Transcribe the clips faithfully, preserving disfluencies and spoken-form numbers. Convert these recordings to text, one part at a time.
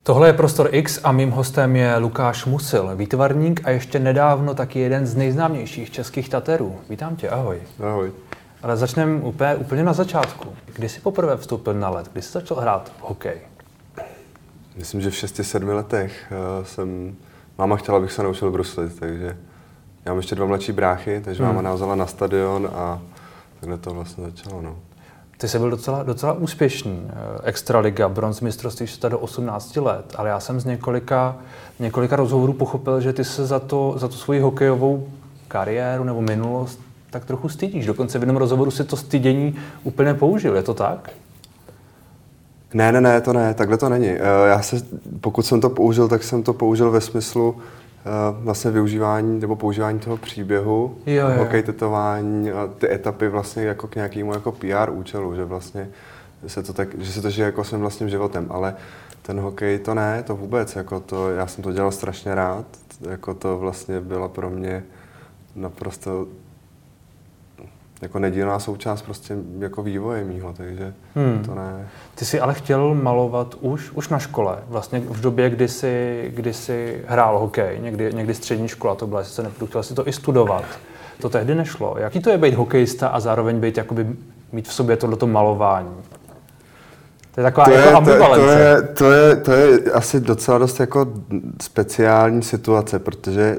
Tohle je Prostor X a mým hostem je Lukáš Musil, výtvarník a ještě nedávno taky jeden z nejznámějších českých taterů. Vítám tě, ahoj. Ahoj. Ale začneme úplně, úplně na začátku. Kdy jsi poprvé vstoupil na led? Kdy jsi začal hrát hokej? Myslím, že v šesti, sedmi letech jsem... Máma chtěla, abych se naučil bruslit, takže já mám ještě dva mladší bráchy, takže hmm. máma nás vzala na stadion a takhle to vlastně začalo, no. Ty jsi byl docela, docela úspěšný. Extraliga, bronz mistrovství světa do osmnácti let, ale já jsem z několika, několika rozhovorů pochopil, že ty se za to, za tu svoji hokejovou kariéru nebo minulost tak trochu stydíš. Dokonce v jednom rozhovoru si to stydění úplně použil, je to tak? Ne, ne, ne, to ne, takhle to není. Já se, pokud jsem to použil, tak jsem to použil ve smyslu vlastně využívání nebo používání toho příběhu, jo, jo. hokej, tetování a ty etapy vlastně jako k nějakému jako P R účelu, že vlastně se to tak, že se to žije jako svým vlastním životem, ale ten hokej to ne, to vůbec, jako to, já jsem to dělal strašně rád, jako to vlastně byla pro mě naprosto jako nedílná součást prostě jako vývoje mýho, takže hmm. to ne. Ty jsi ale chtěl malovat už, už na škole, vlastně v době, kdy jsi, kdy jsi hrál hokej, někdy, někdy střední škola to byla, sice nebudu, chtěl jsi to i studovat. To tehdy nešlo. Jaký to je být hokejista a zároveň být, jakoby, mít v sobě tohleto malování? To je taková to jako je, ambivalence. To je, to, je, to je asi docela dost jako speciální situace, protože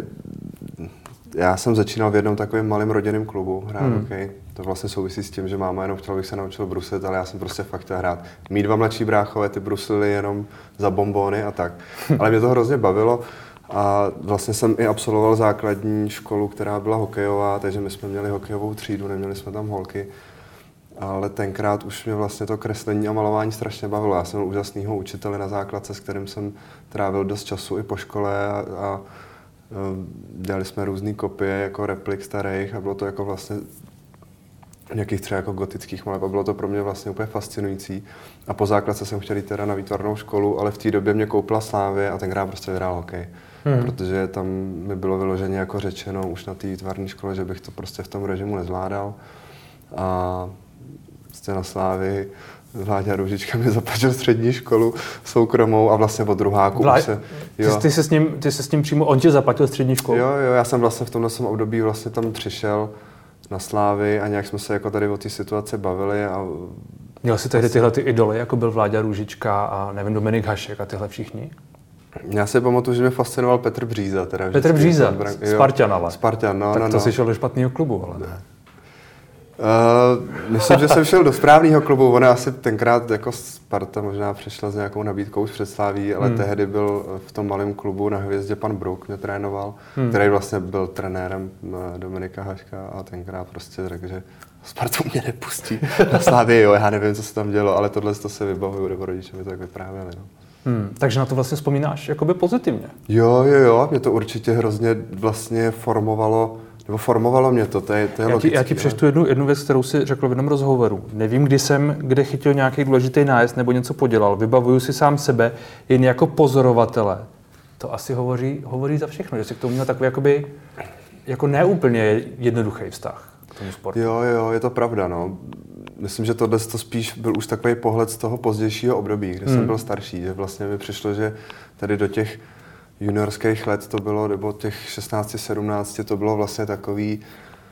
já jsem začínal v jednom takovém malém rodinném klubu hrát hmm. hokej. To vlastně souvisí s tím, že máma jenom chtěla, abych se naučil bruslit, ale já jsem prostě fakt chtěl hrát. Mí dva mladší bráchové, ty bruslili jenom za bonbony a tak. Ale mě to hrozně bavilo a vlastně jsem i absolvoval základní školu, která byla hokejová, takže my jsme měli hokejovou třídu, neměli jsme tam holky. Ale tenkrát už mě vlastně to kreslení a malování strašně bavilo. Já jsem měl úžasnýho učitele na základce, s kterým jsem trávil dost času i po škole a, a dělali jsme různé kopie jako replik starých a bylo to jako vlastně nějakých třeba jako gotických maleb a bylo to pro mě vlastně úplně fascinující. A po základce jsem chtěl jít teda na výtvarnou školu, ale v té době mě koupila Slávě a tenkrát prostě vyhrál hokej. Hmm. Protože tam mi bylo vyloženě jako řečeno už na té výtvarné škole, že bych to prostě v tom režimu nezvládal. A prostě na Slávy Vláďa Růžička mi zaplatil střední školu soukromou a vlastně od druháku Vlá... se... Jo. Ty, ty, se s ním, ty se s ním přímo, on ti zaplatil střední školu? Jo, jo, já jsem vlastně v tomhle období vlastně tam přišel na Slávy a nějak jsme se jako tady o té situaci bavili a... Měl jsi tehdy tyhle ty idoly, jako byl Vláďa Růžička a nevím, Dominik Hašek a tyhle všichni? Já si pamatuju, že mě fascinoval Petr Bříza. Teda Petr Bříza, Spartan ale. Spartan, no, tak no, to no. jsi šel do špatného klubu, ale ne. Uh, myslím, že jsem šel do správného klubu, ona asi tenkrát jako Sparta možná přišla s nějakou nabídkou z představí, ale hmm. tehdy byl v tom malém klubu na Hvězdě pan Brouk, mě trénoval, hmm. který vlastně byl trenérem Dominika Haška a tenkrát prostě řekl, že Spartu mě nepustí na Slávě, jo, já nevím, co se tam dělo, ale tohle to se vybavuju, nebo rodiče mi to tak vyprávěli. No. Hmm, takže na to vlastně vzpomínáš jakoby pozitivně. Jo, jo, jo, mě to určitě hrozně vlastně formovalo, nebo formovalo mě to, to je, to je já logické. Ti, já ti přečtu jednu, jednu věc, kterou si řekl v jednom rozhovoru. Nevím, kdy jsem kde chytil nějaký důležitý nájezd nebo něco podělal. Vybavuju si sám sebe jen jako pozorovatele. To asi hovoří, hovoří za všechno, že jsi k tomu měl takový jakoby, jako neúplně jednoduchý vztah k tomu sportu. Jo, jo, je to pravda, no. Myslím, že tohle to spíš byl už takový pohled z toho pozdějšího období, kdy hmm. jsem byl starší, že vlastně mi přišlo, že tady do těch juniorských let to bylo, nebo těch šestnáct sedmnáct to bylo vlastně takový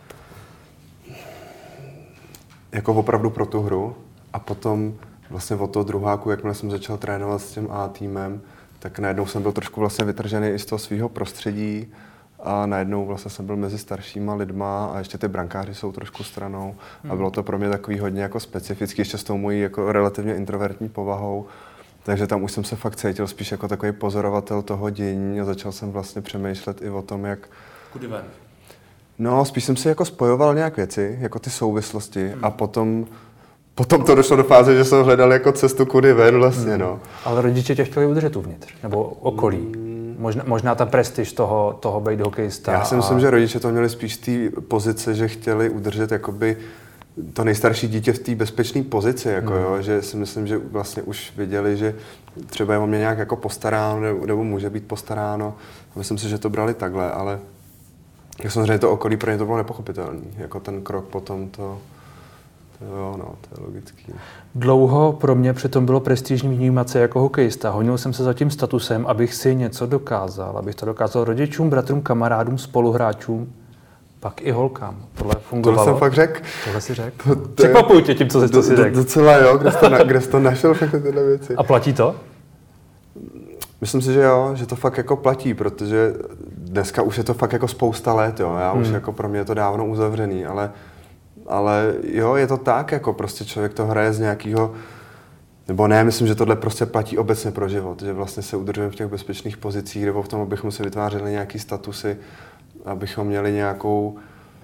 jako opravdu pro tu hru. A potom vlastně od toho druháku, jakmile jsem začal trénovat s tím A týmem, tak najednou jsem byl trošku vlastně vytržený i z toho svého prostředí a najednou vlastně jsem byl mezi staršíma lidma a ještě ty brankáři jsou trošku stranou a bylo to pro mě takový hodně jako specifický, ještě s tou mojí jako relativně introvertní povahou. Takže tam už jsem se fakt cítil spíš jako takový pozorovatel toho dění a začal jsem vlastně přemýšlet i o tom, jak... Kudy ven? No, spíš jsem si jako spojoval nějak věci, jako ty souvislosti hmm. a potom, potom to došlo do fáze, že jsem hledal jako cestu kudy ven vlastně, hmm. no. Ale rodiče tě chtěli udržet uvnitř, nebo okolí? Hmm. Možná, možná ta prestiž toho, toho být hokejista. Já si a... myslím, že rodiče to měli spíš z té pozice, že chtěli udržet jakoby to nejstarší dítě v té bezpečné pozici, jako hmm. jo, že si myslím, že vlastně už věděli, že třeba je o mě nějak jako postaráno, nebo, nebo může být postaráno. Myslím si, že to brali takhle, ale jak samozřejmě to okolí pro ně to bylo nepochopitelné. Jako ten krok potom to, Jo, no, to je logický. Dlouho pro mě přitom bylo prestižní vnímat se jako hokejista. Honil jsem se za tím statusem, abych si něco dokázal. Abych to dokázal rodičům, bratrům, kamarádům, spoluhráčům, pak i holkám. Tohle fungovalo. Tohle jsem fakt řekl. Tohle si řekl. Překvapuju tě tím, co jsi to si řekl. Docela jo, kde jsi to, na, kde jsi to našel všechny tyhle věci. A platí to? Myslím si, že jo, že to fakt jako platí, protože dneska už je to fakt jako spousta let, jo. Já hmm. už jako pro mě je to dávno uzavřený, ale Ale jo, je to tak, jako prostě člověk to hraje z nějakého, nebo ne, myslím, že tohle prostě platí obecně pro život, že vlastně se udržujeme v těch bezpečných pozicích, nebo v tom, abychom si vytvářeli nějaký statusy, abychom měli nějakou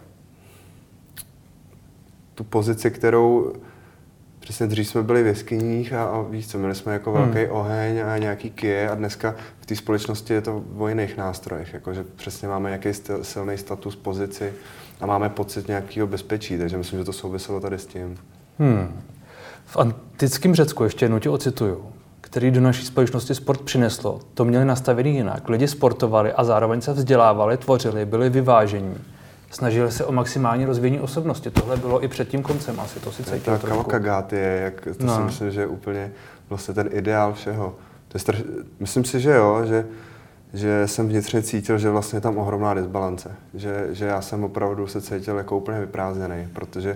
tu pozici, kterou přesně dřív jsme byli v jeskyních a, a víš co, měli jsme jako hmm. velký oheň a nějaký kije a dneska v té společnosti je to o jiných nástrojech, jakože přesně máme nějaký silný status, pozici a máme pocit nějakého bezpečí, takže myslím, že to souviselo tady s tím. Hmm. V antickém Řecku, ještě jednou tě ocituju, který do naší společnosti sport přineslo, to měli nastavený jinak. Lidi sportovali a zároveň se vzdělávali, tvořili, byli vyvážení. Snažili se o maximální rozvíjení osobnosti. Tohle bylo i před tím koncem, asi to si cítil trošku. Ta kavakagátie, jak to no. si myslím, že je úplně vlastně ten ideál všeho. To je straš... Myslím si, že jo, že, že jsem vnitřně cítil, že vlastně je tam ohromná disbalance. Že, že já jsem opravdu se cítil jako úplně vyprázdněný, protože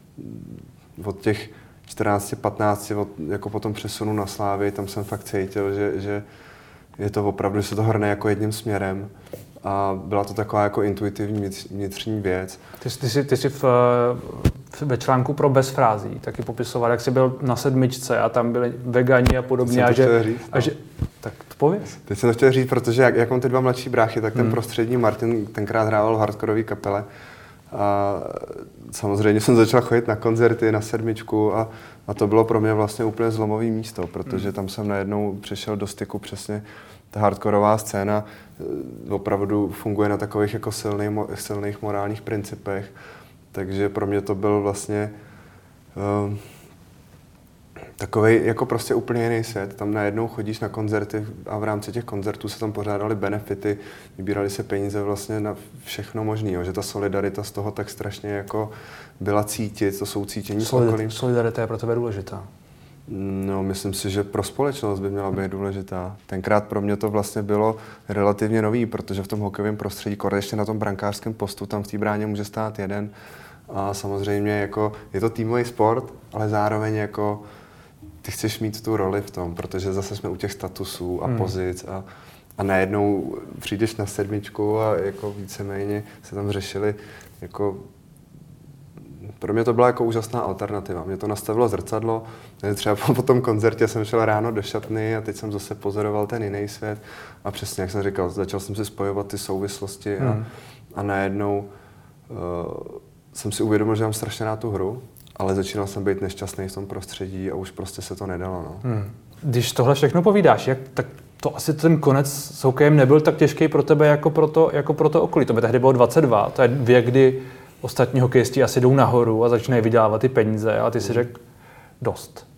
od těch čtrnáct patnáct, od, jako po tom přesunu na Slávii, tam jsem fakt cítil, že, že je to opravdu, že se to hrne jako jedním směrem. A byla to taková jako intuitivní vnitřní věc. Ty, ty jsi, ty jsi v, ve článku pro Bez frází taky popisoval, jak jsi byl na sedmičce a tam byli vegani a podobně. A že, říct, a že, tak to pověz. Teď jsem to chtěl říct, protože jak, jak mám ty dva mladší bráchy, tak ten hmm. prostřední Martin tenkrát hrával v hardcoreové kapele. A samozřejmě jsem začal chodit na koncerty, na sedmičku a, a to bylo pro mě vlastně úplně zlomový místo, protože tam jsem najednou přišel do styku přesně ta hardcoreová scéna opravdu funguje na takových jako silných, silných morálních principech, takže pro mě to byl vlastně uh, takovej jako prostě úplně jiný svět. Tam najednou chodíš na koncerty a v rámci těch koncertů se tam pořádaly benefity, vybíraly se peníze vlastně na všechno možné, že ta solidarita z toho tak strašně jako byla cítit, to jsou cítění s okolím. Solidarita je pro tebe důležitá. No, myslím si, že pro společnost by měla být důležitá. Tenkrát pro mě to vlastně bylo relativně nový, protože v tom hokejovém prostředí, kor ještě na tom brankářském postu, tam v té bráně může stát jeden. A samozřejmě jako, je to týmový sport, ale zároveň jako ty chceš mít tu roli v tom, protože zase jsme u těch statusů a hmm. pozic a, a najednou přijdeš na sedmičku a jako víceméně se tam řešili jako pro mě to byla jako úžasná alternativa. Mě to nastavilo zrcadlo. Třeba po tom koncertě jsem šel ráno do šatny a teď jsem zase pozoroval ten jiný svět. A přesně, jak jsem říkal, začal jsem si spojovat ty souvislosti a, hmm. a najednou uh, jsem si uvědomil, že mám strašně rád tu hru, ale začínal jsem být nešťastný v tom prostředí a už prostě se to nedalo. No. Hmm. Když tohle všechno povídáš, jak, tak to asi ten konec s hokejem nebyl tak těžký pro tebe jako pro to, jako pro to okolí. To by tehdy bylo dvacet dva, to je věk, kdy ostatní hokejisti asi jdou nahoru a začínají vydělávat ty peníze a ty si řekl dost.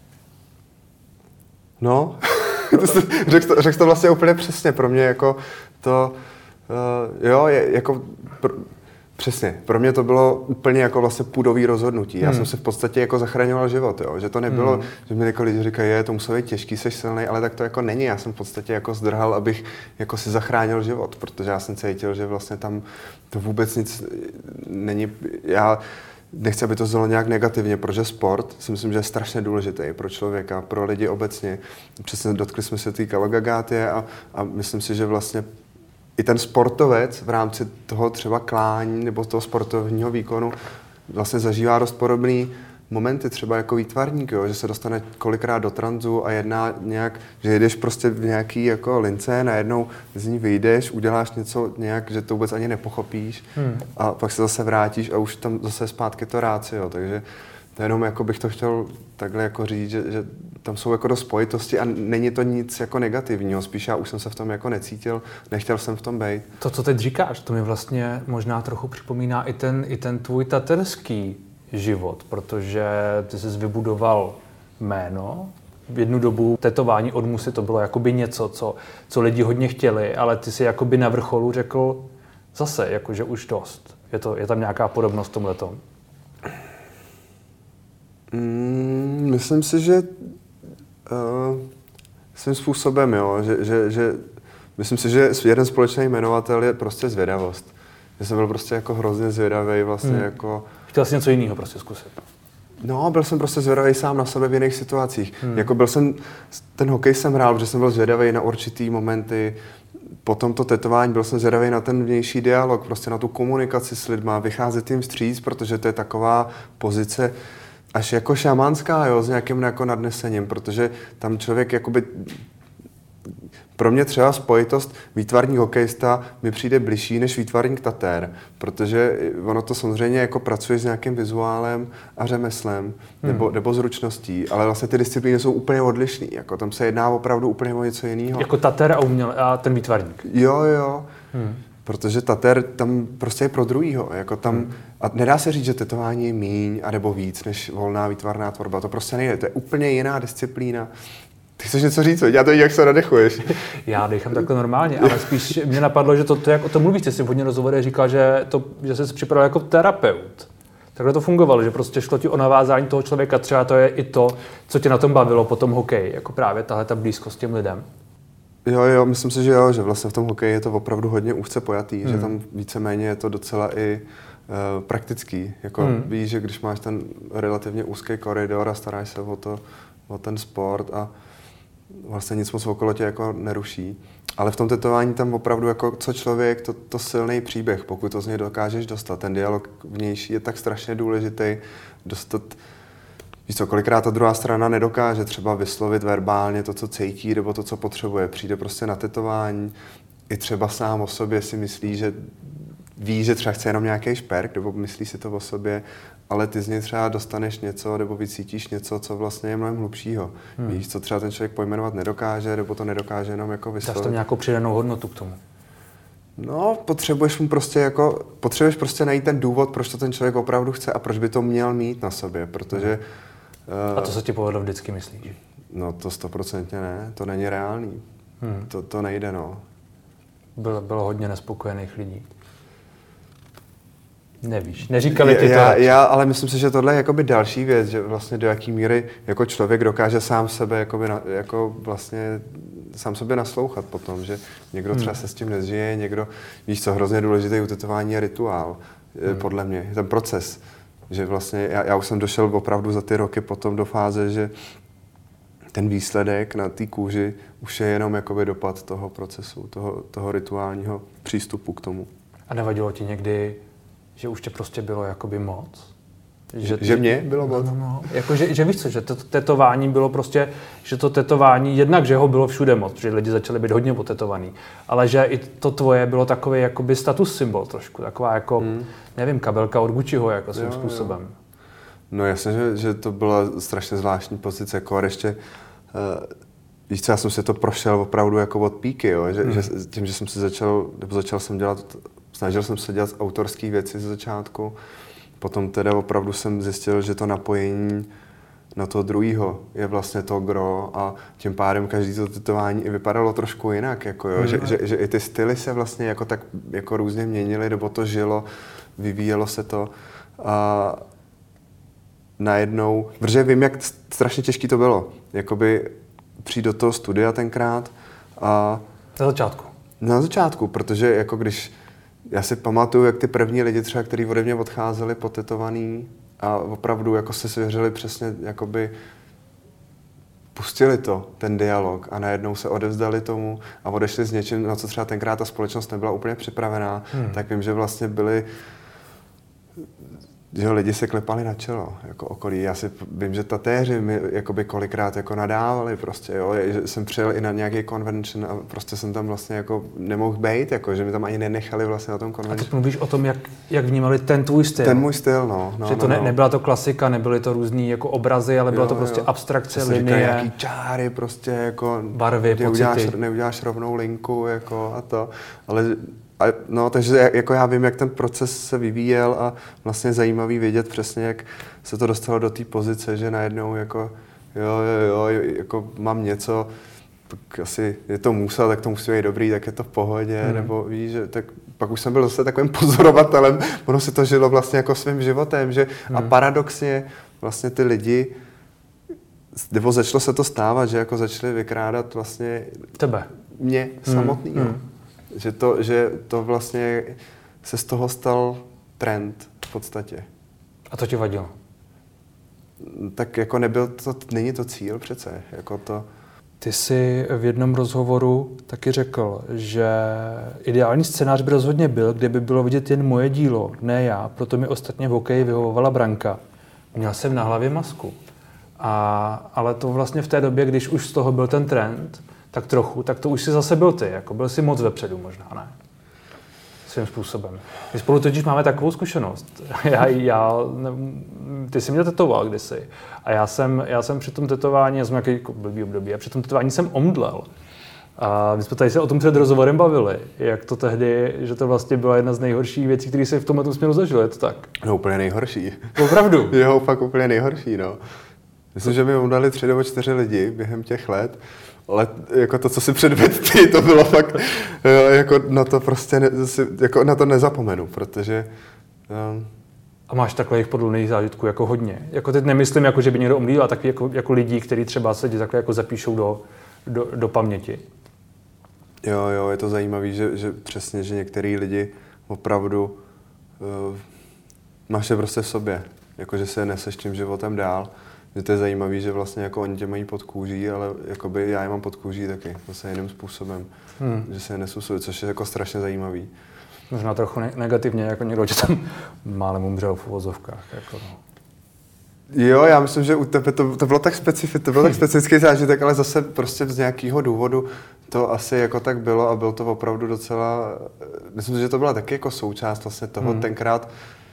No, řekl to, řek to vlastně úplně přesně. Pro mě jako to, uh, jo, je, jako pr- přesně. Pro mě to bylo úplně jako vlastně půdový rozhodnutí. Já hmm. jsem si v podstatě jako zachraňoval život, jo. Že to nebylo, hmm. že mi jako lidi říkají, je, to muselo být těžký, seš silnej, ale tak to jako není. Já jsem v podstatě jako zdrhal, abych jako si zachránil život, protože já jsem cítil, že vlastně tam to vůbec nic není. Já nechci, aby to znělo nějak negativně, protože sport si myslím, že je strašně důležitý pro člověka, pro lidi obecně. Přesně dotkli jsme se té kavagagátie a, a myslím si, že vlastně i ten sportovec v rámci toho třeba klání nebo toho sportovního výkonu vlastně zažívá dost podobný momenty, třeba jako výtvarník, jo, že se dostane kolikrát do tranzu a jedná nějak, že jedeš prostě v nějaký jako lince, najednou z ní vyjdeš, uděláš něco nějak, že to vůbec ani nepochopíš hmm. a pak se zase vrátíš a už tam zase zpátky to rácio, takže to jenom jako bych to chtěl takhle jako říct, že, že tam jsou jako dost spojitosti a není to nic jako negativního, spíš já už jsem se v tom jako necítil, nechtěl jsem v tom být. To, co teď říkáš, to mi vlastně možná trochu připomíná i ten, i ten tvůj taterský život, protože ty jsi vybudoval jméno. V jednu dobu tetování od musy to bylo jakoby něco, co, co lidi hodně chtěli, ale ty si jakoby na vrcholu řekl zase, jakože už dost. Je, to, je tam nějaká podobnost v tomhletom? Mm, myslím si, že uh, svým způsobem, jo, že, že, že myslím si, že jeden společný jmenovatel je prostě zvědavost. Že jsem byl prostě jako hrozně zvědavý vlastně hmm. jako... Chtěl jsi něco jiného prostě zkusit? No, byl jsem prostě zvědavý sám na sebe v jiných situacích. Hmm. Jako byl jsem, ten hokej jsem hrál, protože jsem byl zvědavý na určitý momenty. Potom to tetování, byl jsem zvědavý na ten vnější dialog, prostě na tu komunikaci s lidma, vycházet jim vstříc, protože to je taková pozice až jako šamanská, jo, s nějakým jako nadnesením, protože tam člověk jakoby... Pro mě třeba spojitost výtvarník hokejista mi přijde bližší než výtvarník tatér, protože ono to samozřejmě jako pracuje s nějakým vizuálem a řemeslem hmm. nebo, nebo zručností, ale vlastně ty disciplíny jsou úplně odlišný, jako tam se jedná opravdu úplně o něco jiného. Jako tatér a uměl a ten výtvarník. Jo, jo. Hmm. Protože tatér tam prostě je pro druhýho, jako tam, hmm. a nedá se říct, že tetování je míň a nebo víc než volná výtvarná tvorba, to prostě nejde, to je úplně jiná disciplína. Ty chceš něco říct, já to vidím, jak se nadechuješ. Já dechám takhle normálně, ale spíš mě napadlo, že to, to jak o tom mluvíš, ty jsi v hodně rozhovorech říkal, že, to, že jsi se připravil jako terapeut. Takhle to fungovalo, že prostě šlo ti o navázání toho člověka, třeba to je i to, co tě na tom bavilo po tom hokeji, jako právě tahle ta blízkost těm lidem. Jo, jo, myslím si, že jo, že vlastně v tom hokeji je to opravdu hodně úzce pojatý, hmm. že tam víceméně je to docela i uh, praktický. Jako hmm. víš, že když máš ten relativně úzký koridor a staráš se o to, o ten sport a vlastně nic moc okolo tě jako neruší. Ale v tom tetování tam opravdu jako co člověk, to, to silný příběh, pokud to z něj dokážeš dostat. Ten dialog vnější je tak strašně důležitý dostat. Víš co, kolikrát ta druhá strana nedokáže třeba vyslovit verbálně to, co cítí, nebo to, co potřebuje. Přijde prostě na tetování, i třeba sám o sobě si myslí, že ví, že třeba chce jenom nějaký šperk, nebo myslí si to o sobě, ale ty z něj třeba dostaneš něco, nebo vycítíš něco, co vlastně je mnohem hlubšího. Hmm. Víš, co třeba ten člověk pojmenovat nedokáže, nebo to nedokáže jenom jako vyslovit. Dáš tam nějakou přidanou hodnotu k tomu? No, potřebuješ mu prostě jako, potřebuješ prostě najít ten důvod, proč to ten člověk opravdu chce a proč by to měl mít na sobě, protože... Hmm. A to se ti povedlo vždycky, myslíš? No to stoprocentně ne, to není reálný. Hmm. To, to nejde, no. Bylo, bylo hodně nespokojených lidí. Nevíš, neříkali ti to. Já, já, ale myslím si, že tohle je jakoby další věc, že vlastně do jaký míry jako člověk dokáže sám sebe jakoby na, jako vlastně sám sobě naslouchat potom, že někdo třeba hmm. se s tím nezžije, někdo, víš co, hrozně důležitý u tetování je rituál, hmm. podle mě, ten proces. Že vlastně já, já už jsem došel opravdu za ty roky potom do fáze, že ten výsledek na té kůži už je jenom jakoby dopad toho procesu, toho, toho rituálního přístupu k tomu. A nevadilo ti někdy, že už tě prostě bylo jakoby moc? Že, ty, že mě bylo moc? No, no, jako, že, že víš co, že to tetování bylo prostě, že to tetování, jednak, že ho bylo všude moc, protože lidi začali být hodně potetovaný, ale že i to tvoje bylo takový jakoby status symbol trošku, taková jako, hmm. nevím, kabelka od Gucciho jako svým způsobem. Jo. No jasně, že, že to byla strašně zvláštní pozice, jako ještě, uh, víš co, já jsem si to prošel opravdu jako od píky, jo, že, hmm. že tím, že jsem si začal, nebo začal jsem dělat, snažil jsem se dělat autorské věci ze začátku, potom teda opravdu jsem zjistil, že to napojení na toho druhýho je vlastně to gro a tím pádem každý to tetování i vypadalo trošku jinak, jako jo, mm. že, že, že i ty styly se vlastně jako tak jako různě měnily, nebo to žilo, vyvíjelo se to a najednou, protože vím, jak strašně těžký to bylo, jakoby přijít do toho studia tenkrát a... Na začátku? Na začátku, protože jako když já si pamatuju, jak ty první lidi třeba, kteří ode mě odcházeli potetovaný a opravdu jako se svěřili přesně, jakoby pustili to, ten dialog a najednou se odevzdali tomu a odešli s něčím, na co třeba tenkrát ta společnost nebyla úplně připravená, hmm. tak vím, že vlastně byli, že lidi se klepali na čelo, jako okolí. Já si vím, že tatéři mi jakoby kolikrát jako nadávali prostě, jo, že jsem přijel i na nějaký convention a prostě jsem tam vlastně jako nemohl být, jako, že mi tam ani nenechali vlastně na tom convention. A teď mluvíš o tom, jak, jak vnímali ten tvůj styl. Ten můj styl, no. no že to no, ne, no. nebyla to klasika, nebyly to různý jako obrazy, ale byla jo, to prostě jo. abstrakce, linie. linie. Nějaký čáry prostě, jako barvy, pocity. Neuděláš, neuděláš rovnou linku, jako a to, ale A, no, takže jako já vím, jak ten proces se vyvíjel a vlastně zajímavý vědět přesně, jak se to dostalo do té pozice, že najednou jako jo, jo, jo, jako mám něco, tak asi je to musa, tak to musí být dobrý, tak je to v pohodě, hmm. nebo víš, že tak pak už jsem byl zase takovým pozorovatelem, ono se to žilo vlastně jako svým životem, že hmm. a paradoxně vlastně ty lidi, nebo začalo se to stávat, že jako začali vykrádat vlastně tebe. Mě samotnýho. Hmm. Hmm. Že, to, že to vlastně se z toho stal trend v podstatě. A to ti vadilo? Tak jako nebyl to, není to cíl přece, jako to... Ty jsi v jednom rozhovoru taky řekl, že ideální scénář by rozhodně byl, kde by bylo vidět jen moje dílo, ne já, proto mi ostatně v hokeji vyhovovala branka. Měl jsem na hlavě masku. A, ale to vlastně v té době, když už z toho byl ten trend, tak trochu, tak to už si zase byl ty, jako byl si moc vepředu možná, ne? Svým způsobem. My spolu totiž máme takovou zkušenost. Já, já, ty jsi mě tetoval kdysi a já jsem, já jsem při tom tetování, já jsem nějaký blbý období, a při tom tetování jsem omdlel. A my jsme tady se o tom před rozhovorem bavili, jak to tehdy, že to vlastně byla jedna z nejhorších věcí, které se v tomhle směru zažil, je to tak? No úplně nejhorší. Opravdu? Jo, fakt úplně nejhorší, no. Myslím, že mi omdleli tři nebo čtyři lidi během těch let. Ale jako to, co si předvedl ty, to bylo fakt, jako na to prostě, ne, jako na to nezapomenu, protože... Um... A máš takových podlných zážitků jako hodně. Jako teď nemyslím, jako, že by někdo omdlel, ale taky jako, jako lidí, kteří třeba se takhle jako zapíšou do, do, do paměti. Jo, jo, je to zajímavé, že, že přesně, že některý lidi opravdu uh, máš je prostě v sobě, jako že se neseš tím životem dál. Že to je zajímavé, že vlastně jako oni tě mají pod kůží, ale jakoby já je mám pod kůží taky, zase jiným způsobem, hmm. že se je nesu sobě, což je jako strašně zajímavý. Možná trochu ne- negativně, jako někdo tě tam málem umřel v uvozovkách. Jako no. Jo, já myslím, že u tebe to, to bylo tak specifické, to byl tak specifický zážitek, ale zase prostě z nějakého důvodu to asi jako tak bylo a byl to opravdu docela, myslím, že to byla taky jako součást vlastně toho hmm. tenkrát,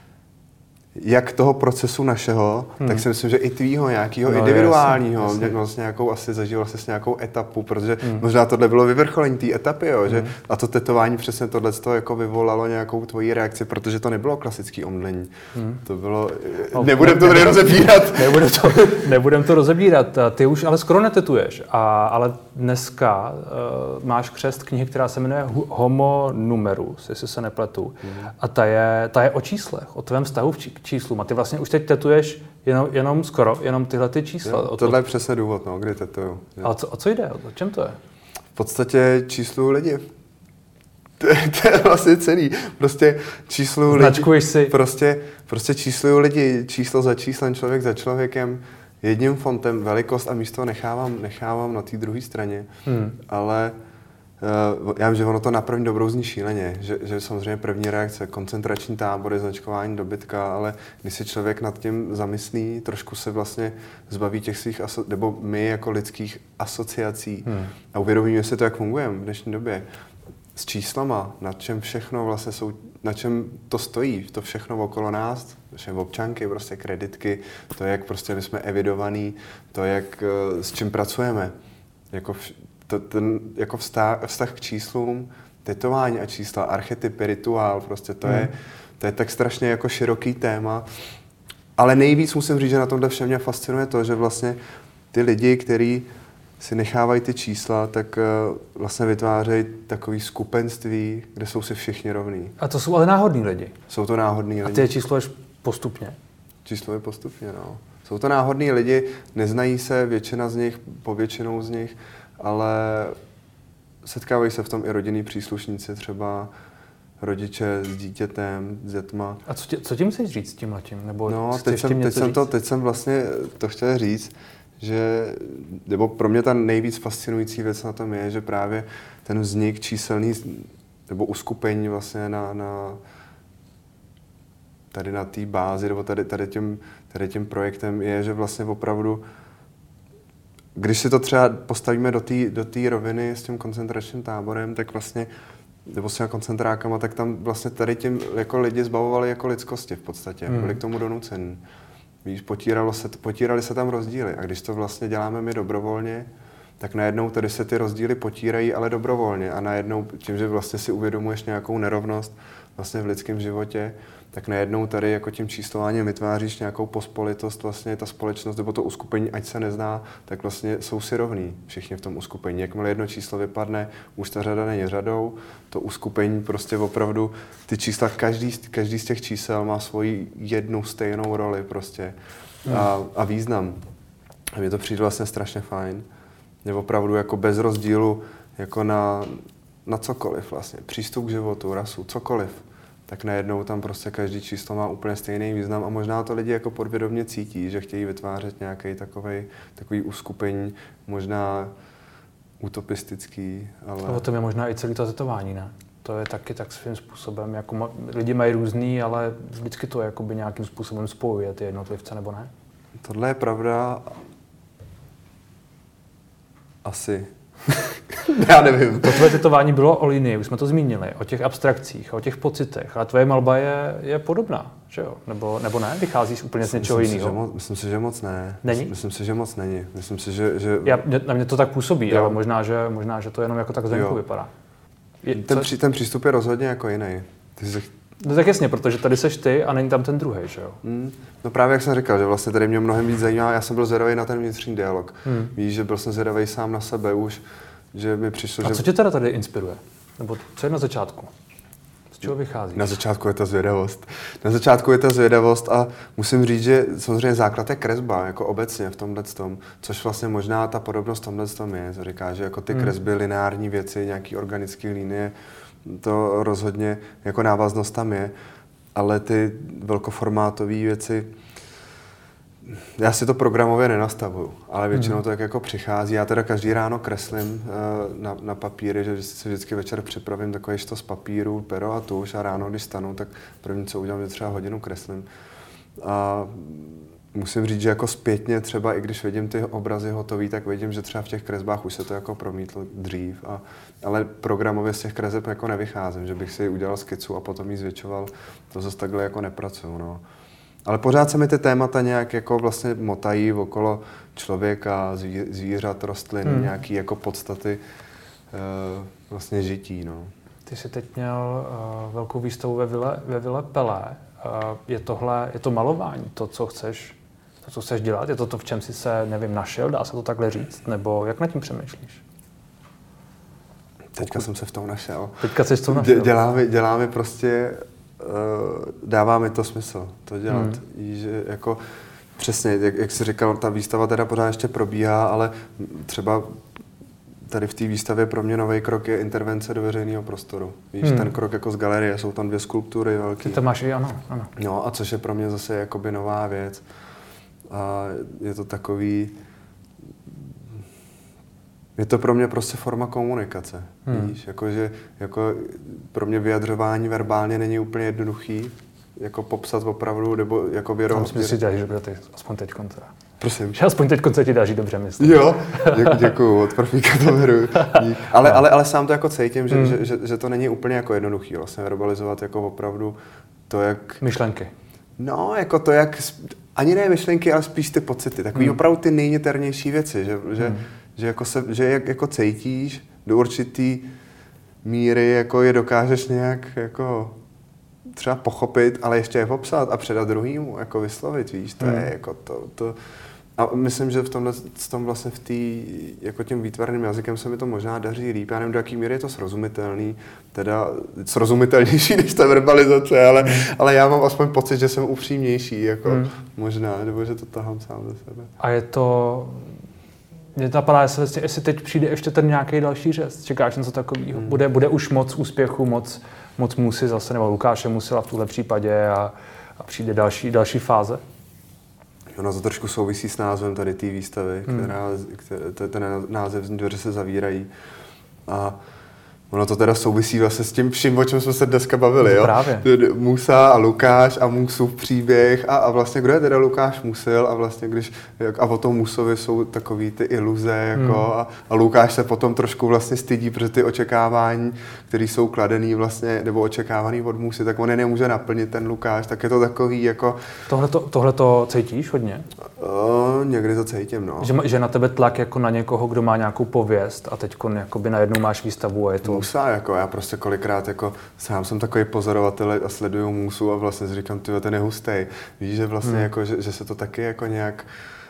jak toho procesu našeho, hmm. tak si myslím, že i tvýho nějakého no, individuálního, jasný, jasný. Vlastně nějakou asi zažil vlastně nějakou etapu, protože hmm. možná tohle bylo vyvrcholení té etapy, jo, že, hmm. a to tetování přesně tohle jako vyvolalo nějakou tvoji reakci, protože to nebylo klasický omdlení. Hmm. To bylo, no, nebudem to tady rozebírat. Nebudem to, nebudem to rozebírat, ty už ale skoro netetuješ, a, ale dneska uh, máš křest knihy, která se jmenuje Homo Numerus, jestli se nepletu, hmm. a ta je, ta je o číslech, o tvém vztahu v či- číslům. A ty vlastně už teď tetuješ jenom, jenom skoro, jenom tyhle ty čísla. Jo, tohle je přesně důvod, no, kdy tetuju. A co, o co jde? O čem to je? V podstatě číslu lidi. To je, to je vlastně celý. Prostě číslu lidi. Značkuješ si. Prostě, prostě čísluju lidi, číslo za číslem, člověk za člověkem, jedním fontem, velikost a místo nechávám, nechávám na té druhé straně. Hmm. Ale Uh, já vím, že ono to na první dobrou zní šíleně, že, že samozřejmě první reakce, koncentrační tábory, značkování dobytka, ale když se člověk nad tím zamyslí, trošku se vlastně zbaví těch svých, aso- nebo my jako lidských asociací hmm. a uvědomíme si to, jak fungujeme v dnešní době. S číslama, na čem všechno vlastně jsou, na čem to stojí, to všechno okolo nás, naše občanky, prostě kreditky, to, jak prostě my jsme evidovaní, to, jak, s čím pracujeme, jako vš- To, ten jako vztah, vztah k číslům, tetování a čísla, archetypy, rituál, prostě to, hmm. je, to je tak strašně jako široký téma. Ale nejvíc musím říct, že na tomhle všem mě fascinuje to, že vlastně ty lidi, kteří si nechávají ty čísla, tak uh, vlastně vytvářejí takový skupenství, kde jsou si všichni rovní. A to jsou ale náhodní lidi. Jsou to náhodní lidi. A ty je čísluješ postupně? Čísluje postupně, no. Jsou to náhodní lidi, neznají se, většina z nich, povětšinou z nich, ale setkávají se v tom i rodinní příslušníci, třeba rodiče s dítětem, s dětma. A co, tě, co tím chceš říct s tímhletím? Nebo no, teď jsem, teď, jsem to, teď jsem vlastně to chtěl říct, že, nebo pro mě ta nejvíc fascinující věc na tom je, že právě ten vznik číselný, nebo uskupení vlastně na, na tady na té bázi, nebo tady, tady, tím, tady tím projektem je, že vlastně opravdu když si to třeba postavíme do té do té roviny s tím koncentračním táborem, tak vlastně, nebo s těma koncentrákama, tak tam vlastně tady tím jako lidi zbavovali jako lidskosti v podstatě. Hmm. Byli k tomu donuceni. Víš, potíralo se, potírali se tam rozdíly. A když to vlastně děláme my dobrovolně, tak najednou tady se ty rozdíly potírají, ale dobrovolně. A najednou tím, že vlastně si uvědomuješ nějakou nerovnost vlastně v lidském životě, tak najednou tady jako tím číslováním vytváříš nějakou pospolitost, vlastně ta společnost nebo to uskupení, ať se nezná, tak vlastně jsou si rovní všichni v tom uskupení. Jakmile jedno číslo vypadne, už ta řada není řadou, to uskupení prostě opravdu, ty čísla, každý, každý z těch čísel má svoji jednu stejnou roli prostě. hmm. a, a význam. A mně to přijde vlastně strašně fajn. Je opravdu jako bez rozdílu jako na, na cokoliv vlastně. Přístup k životu, rasu, cokoliv. Tak najednou tam prostě každý číslo má úplně stejný význam a možná to lidi jako podvědomě cítí, že chtějí vytvářet nějaký takovej, takový uskupení, možná utopistický, ale... A o tom je možná i celý to tetování, ne? To je taky tak svým způsobem, jako ma, lidi mají různý, ale vždycky to jakoby nějakým způsobem spojuje ty jednotlivce, nebo ne? Tohle je pravda. Asi. Já nevím. To tvoje tetování bylo o linii, už jsme to zmínili, o těch abstrakcích, o těch pocitech, ale tvoje malba je, je podobná, že jo? Nebo, nebo ne? Vycházíš úplně z něčeho myslím jiného? Si, moc, myslím si, že moc ne. Není? Myslím si, že moc není. Myslím si, že... že... Já, na mě to tak působí, jo. Ale možná že, možná, že to jenom jako tak zvenku vypadá. Je, ten, pří, ten přístup je rozhodně jako jiný. Ty jsi... No tak jasně, protože tady seš ty a není tam ten druhý, že jo? Mm, no právě jak jsem říkal, že vlastně tady mě mnohem víc zajímá, já jsem byl zvědavý na ten vnitřní dialog. Hmm. Víš, že byl jsem zvědavý sám na sebe už, že mi přišlo, a že... A co tě teda tady inspiruje? Nebo co je na začátku? Z čeho vychází? Na začátku je ta zvědavost. Na začátku je ta zvědavost a musím říct, že samozřejmě základ je kresba, jako obecně v tomhle tom, což vlastně možná ta podobnost v tomhle tom je, co říká, že jako ty hmm. kresby, lineární věci, nějaký organický linie, to rozhodně jako návaznost tam je, ale ty velkoformátové věci, já si to programově nenastavuju, ale většinou to tak jako přichází. Já teda každý ráno kreslím na, na papíry, že si vždycky večer připravím takový štos papíru, pero a tuš a ráno, když stanu, tak první, co udělám, je třeba hodinu kreslím. A musím říct, že jako zpětně třeba, i když vidím ty obrazy hotový, tak vidím, že třeba v těch kresbách už se to jako promítlo dřív, a, ale programově z těch kreseb jako nevycházím, že bych si udělal skicu a potom ji zvětšoval, to zase takhle jako nepracuju, no. Ale pořád se mi ty témata nějak jako vlastně motají okolo člověka, zví, zvířat, rostlin, hmm. nějaký jako podstaty e, vlastně žití, no. Ty jsi teď měl uh, velkou výstavu ve Vile, ve Vile Pelé. Uh, je tohle, je to malování, to, co chceš, to, co chceš dělat? Je to to, v čem jsi se, nevím, našel, dá se to takhle říct? Nebo jak nad tím přemýšlíš? Teďka Pokud... jsem se v tom našel. Teďka jsi v tom našel. Dělá mi, dělá mi prostě, uh, dává mi to smysl, to dělat. Hmm. I, že jako, přesně, jak, jak jsi říkal, ta výstava teda pořád ještě probíhá, ale třeba tady v té výstavě pro mě nový krok je intervence do veřejného prostoru. Víš, hmm. ten krok jako z galerie, jsou tam dvě skulptury velké. Ty to máš i, ano, ano. No a což je pro mě zase jakoby nová věc. A je to takový... Je to pro mě prostě forma komunikace, hmm. víš, jakože jako pro mě vyjadřování verbálně není úplně jednoduchý, jako popsat opravdu, nebo jako věro... Myslím, že si daří dobře, ty, aspoň teď teda. Prosím. Že aspoň teď se ti daří dobře, myslím. Jo, Dě, děkuju, od profíka to beru. Ale, ale, ale sám to jako cítím, že, hmm. že, že, že to není úplně jako jednoduchý, vlastně verbalizovat jako opravdu to, jak... Myšlenky. No, jako to, jak... Ani ne myšlenky, ale spíš ty pocity, takový hmm. opravdu ty nejniternější věci, že, že, hmm. že, jako, se, že jak jako cítíš do určitý míry, jako je dokážeš nějak jako třeba pochopit, ale ještě je popsat a předat druhýmu, jako vyslovit, víš, to hmm. je jako to, to... A myslím, že v tomhle, v tom vlastně v tý, jako tím výtvarným jazykem se mi to možná daří líp. Já nevím, do jaký míry je to srozumitelný, teda srozumitelnější než ta verbalizace, ale, ale já mám aspoň pocit, že jsem upřímnější, jako hmm. možná, nebo že to tahám sám ze sebe. A je to... Mě to napadá, jestli, jestli teď přijde ještě ten nějaký další řez. Čekáš něco takového? Hmm. Bude, bude už moc úspěchu, moc, moc musí zase, nebo Lukáše musela v tuhle případě a, a přijde další, další fáze? Ono to trošku souvisí s názvem tady té výstavy, hmm. která, která, ten název Dveře se zavírají. A ono to teda souvisí vlastně s tím vším, o čem jsme se dneska bavili, no, jo? Právě. Musa a Lukáš a Musův příběh a, a vlastně kdo je teda Lukáš Musil a vlastně když, a o tom Musovi jsou takový ty iluze, jako hmm. a, a Lukáš se potom trošku vlastně stydí, protože ty očekávání, které jsou kladený vlastně, nebo očekávaný od Musy, tak on je nemůže naplnit ten Lukáš, tak je to takový jako... Tohle to cítíš hodně? O, někdy to cítím, no. Že, že na tebe tlak jako na někoho, kdo má nějakou pověst a teď jakoby najednou máš výstavu a je to... Musa, jako já prostě kolikrát jako sám jsem takový pozorovatel a sleduju Musu a vlastně si říkám, tyjo, ten je hustej. Víš, že vlastně hmm. jako, že, že se to taky jako nějak...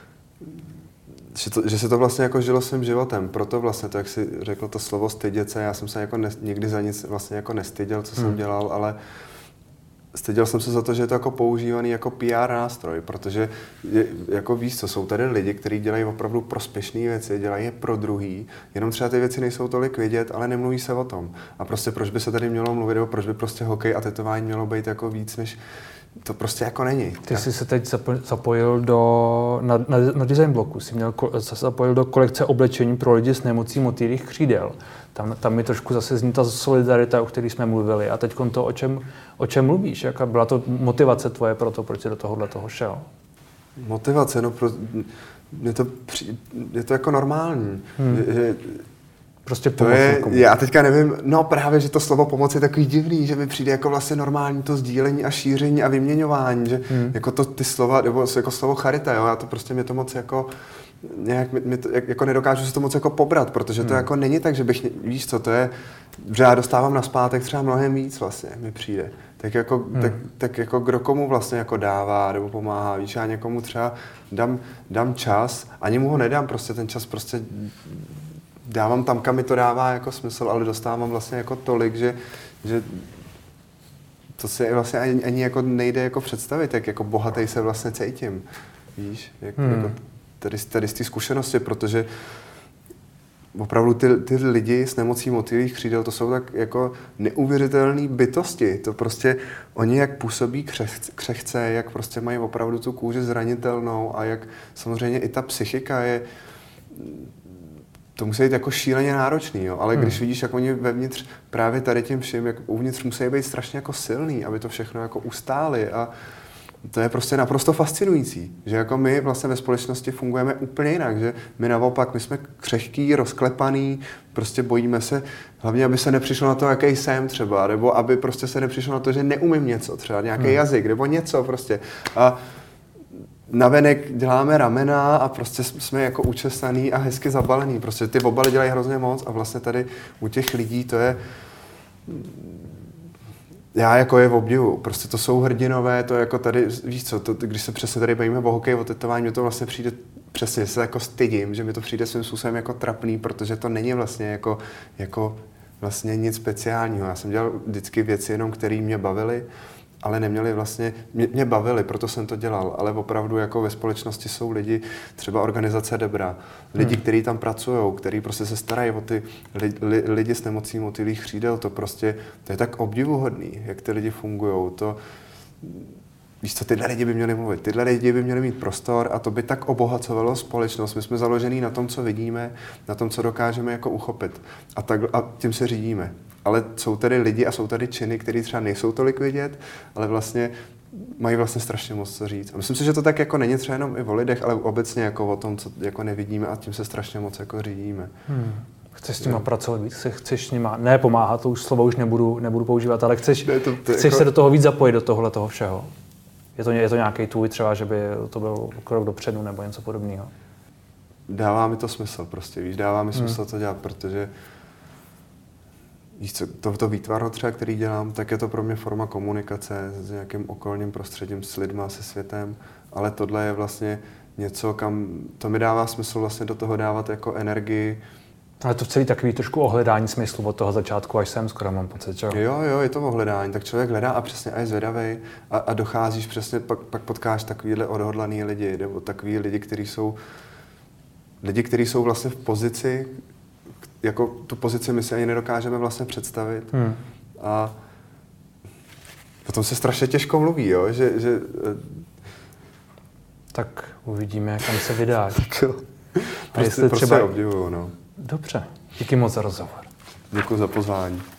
Že, to, že se to vlastně jako žilo svým životem, proto vlastně to, jak jsi řekl to slovo stydět se, já jsem se jako ne, nikdy za nic vlastně jako nestyděl, co hmm. jsem dělal, ale styděl jsem se za to, že je to jako používaný jako P R nástroj, protože je, jako víš co, jsou tady lidi, kteří dělají opravdu prospěšné věci, dělají je pro druhý, jenom třeba ty věci nejsou tolik vidět, ale nemluví se o tom. A prostě proč by se tady mělo mluvit, nebo proč by prostě hokej a tetování mělo být jako víc, než to prostě jako není. Ty jsi se teď zapojil do, na, na, na design bloku, jsi měl se zapojil do kolekce oblečení pro lidi s nemocí motýlých křídel. Tam, tam mi trošku zase zní ta solidarita, o které jsme mluvili. A teď to, o čem, o čem mluvíš? Jaká byla to motivace tvoje pro to, proč jsi do tohohle toho šel? Motivace, no pro, je, to, je to jako normální. Hmm. Je, Prostě to je, já teďka nevím, no právě, že to slovo pomoc je takový divný, že mi přijde jako vlastně normální to sdílení a šíření a vyměňování, že hmm. jako to ty slova, nebo jako slovo charita, jo, já to prostě mě to moc jako nějak, mě to, jako nedokážu si to moc jako pobrat, protože to hmm. jako není tak, že bych, víš co, to je, že já dostávám nazpátek třeba mnohem víc vlastně, mi přijde. Tak jako, hmm. tak, tak jako kdo komu vlastně jako dává nebo pomáhá, víš, já někomu třeba dám, dám čas, ani mu ho nedám, prostě ten čas prostě dávám tam, kam mi to dává jako smysl, ale dostávám vlastně jako tolik, že, že to si vlastně ani, ani jako nejde jako představit, jak jako bohatý se vlastně cítím, víš, jak, hmm. jako tady, tady z té zkušenosti, protože opravdu ty, ty lidi s nemocí motýlích křídel, to jsou tak jako neuvěřitelné bytosti, to prostě oni jak působí křehce, křehce, jak prostě mají opravdu tu kůži zranitelnou a jak samozřejmě i ta psychika je, to musí být jako šíleně náročný, jo? Ale hmm. když vidíš, jak oni vevnitř právě tady tím vším, jak uvnitř musí být strašně jako silný, aby to všechno jako ustáli a to je prostě naprosto fascinující, že jako my vlastně ve společnosti fungujeme úplně jinak, že my naopak, my jsme křehký, rozklepaný, prostě bojíme se, hlavně aby se nepřišlo na to, jaký jsem třeba, nebo aby prostě se nepřišlo na to, že neumím něco, třeba nějaký hmm. jazyk, nebo něco prostě. A navenek děláme ramena a prostě jsme jako učesaný a hezky zabalený. Prostě ty obaly dělají hrozně moc a vlastně tady u těch lidí to je... Já jako je v obdivu. Prostě to jsou hrdinové, to jako tady, víš co, to, když se přesně tady bavíme o hokeji, o tetování, mě to vlastně přijde, přesně se jako stydím, že mi to přijde svým způsobem jako trapný, protože to není vlastně jako, jako vlastně nic speciálního. Já jsem dělal vždycky věci jenom, které mě bavily, ale neměli vlastně, mě, mě bavili, proto jsem to dělal, ale opravdu jako ve společnosti jsou lidi, třeba organizace Debra, lidi, hmm. kteří tam pracují, kteří prostě se starají o ty li, li, lidi s nemocí motýlých křídel, to prostě, to je tak obdivuhodný, jak ty lidi fungujou, to, víš co, tyhle lidi by měli mluvit, tyhle lidi by měli mít prostor a to by tak obohacovalo společnost, my jsme založený na tom, co vidíme, na tom, co dokážeme jako uchopit a, tak, a tím se řídíme. Ale jsou tady lidi a jsou tady činy, které třeba nejsou tolik vidět, ale vlastně mají vlastně strašně moc co říct. A myslím si, že to tak jako není třeba jenom i o lidech, ale obecně jako o tom, co jako nevidíme a tím se strašně moc jako řídíme. Hmm. Chceš s nima pracovat víc? Chceš s nima, ne pomáhat, to už slovo už nebudu, nebudu používat, ale chceš, ne, to, to chceš jako... se do toho víc zapojit, do tohle toho všeho? Je to, je to nějaký tvůj třeba, že by to byl krok dopředu nebo něco podobného? Dává mi to smysl prostě, víš, dává mi smysl hmm. to dělat, protože víš co, to, to výtvarno třeba, který dělám, tak je to pro mě forma komunikace s nějakým okolním prostředím, s lidma, se světem, ale tohle je vlastně něco, kam to mi dává smysl vlastně do toho dávat jako energii. Ale to celý takový trošku ohledání smyslu od toho začátku, až sem skoro mám pocit, že? Jo, jo, je to ohledání, tak člověk hledá a přesně a je zvědavej a, a docházíš přesně, pak, pak potkáš takovýhle odhodlaný lidi, nebo takový lidi, kteří jsou lidi, kteří jsou vlastně v pozici, jako tu pozici my si ani nedokážeme vlastně představit. Hmm. A potom se strašně těžko mluví, jo, že... že tak uvidíme, kam se vydáš. Tak jo. Prostě, prostě třeba... obdivuju, no. Dobře. Díky moc za rozhovor. Děkuji za pozvání.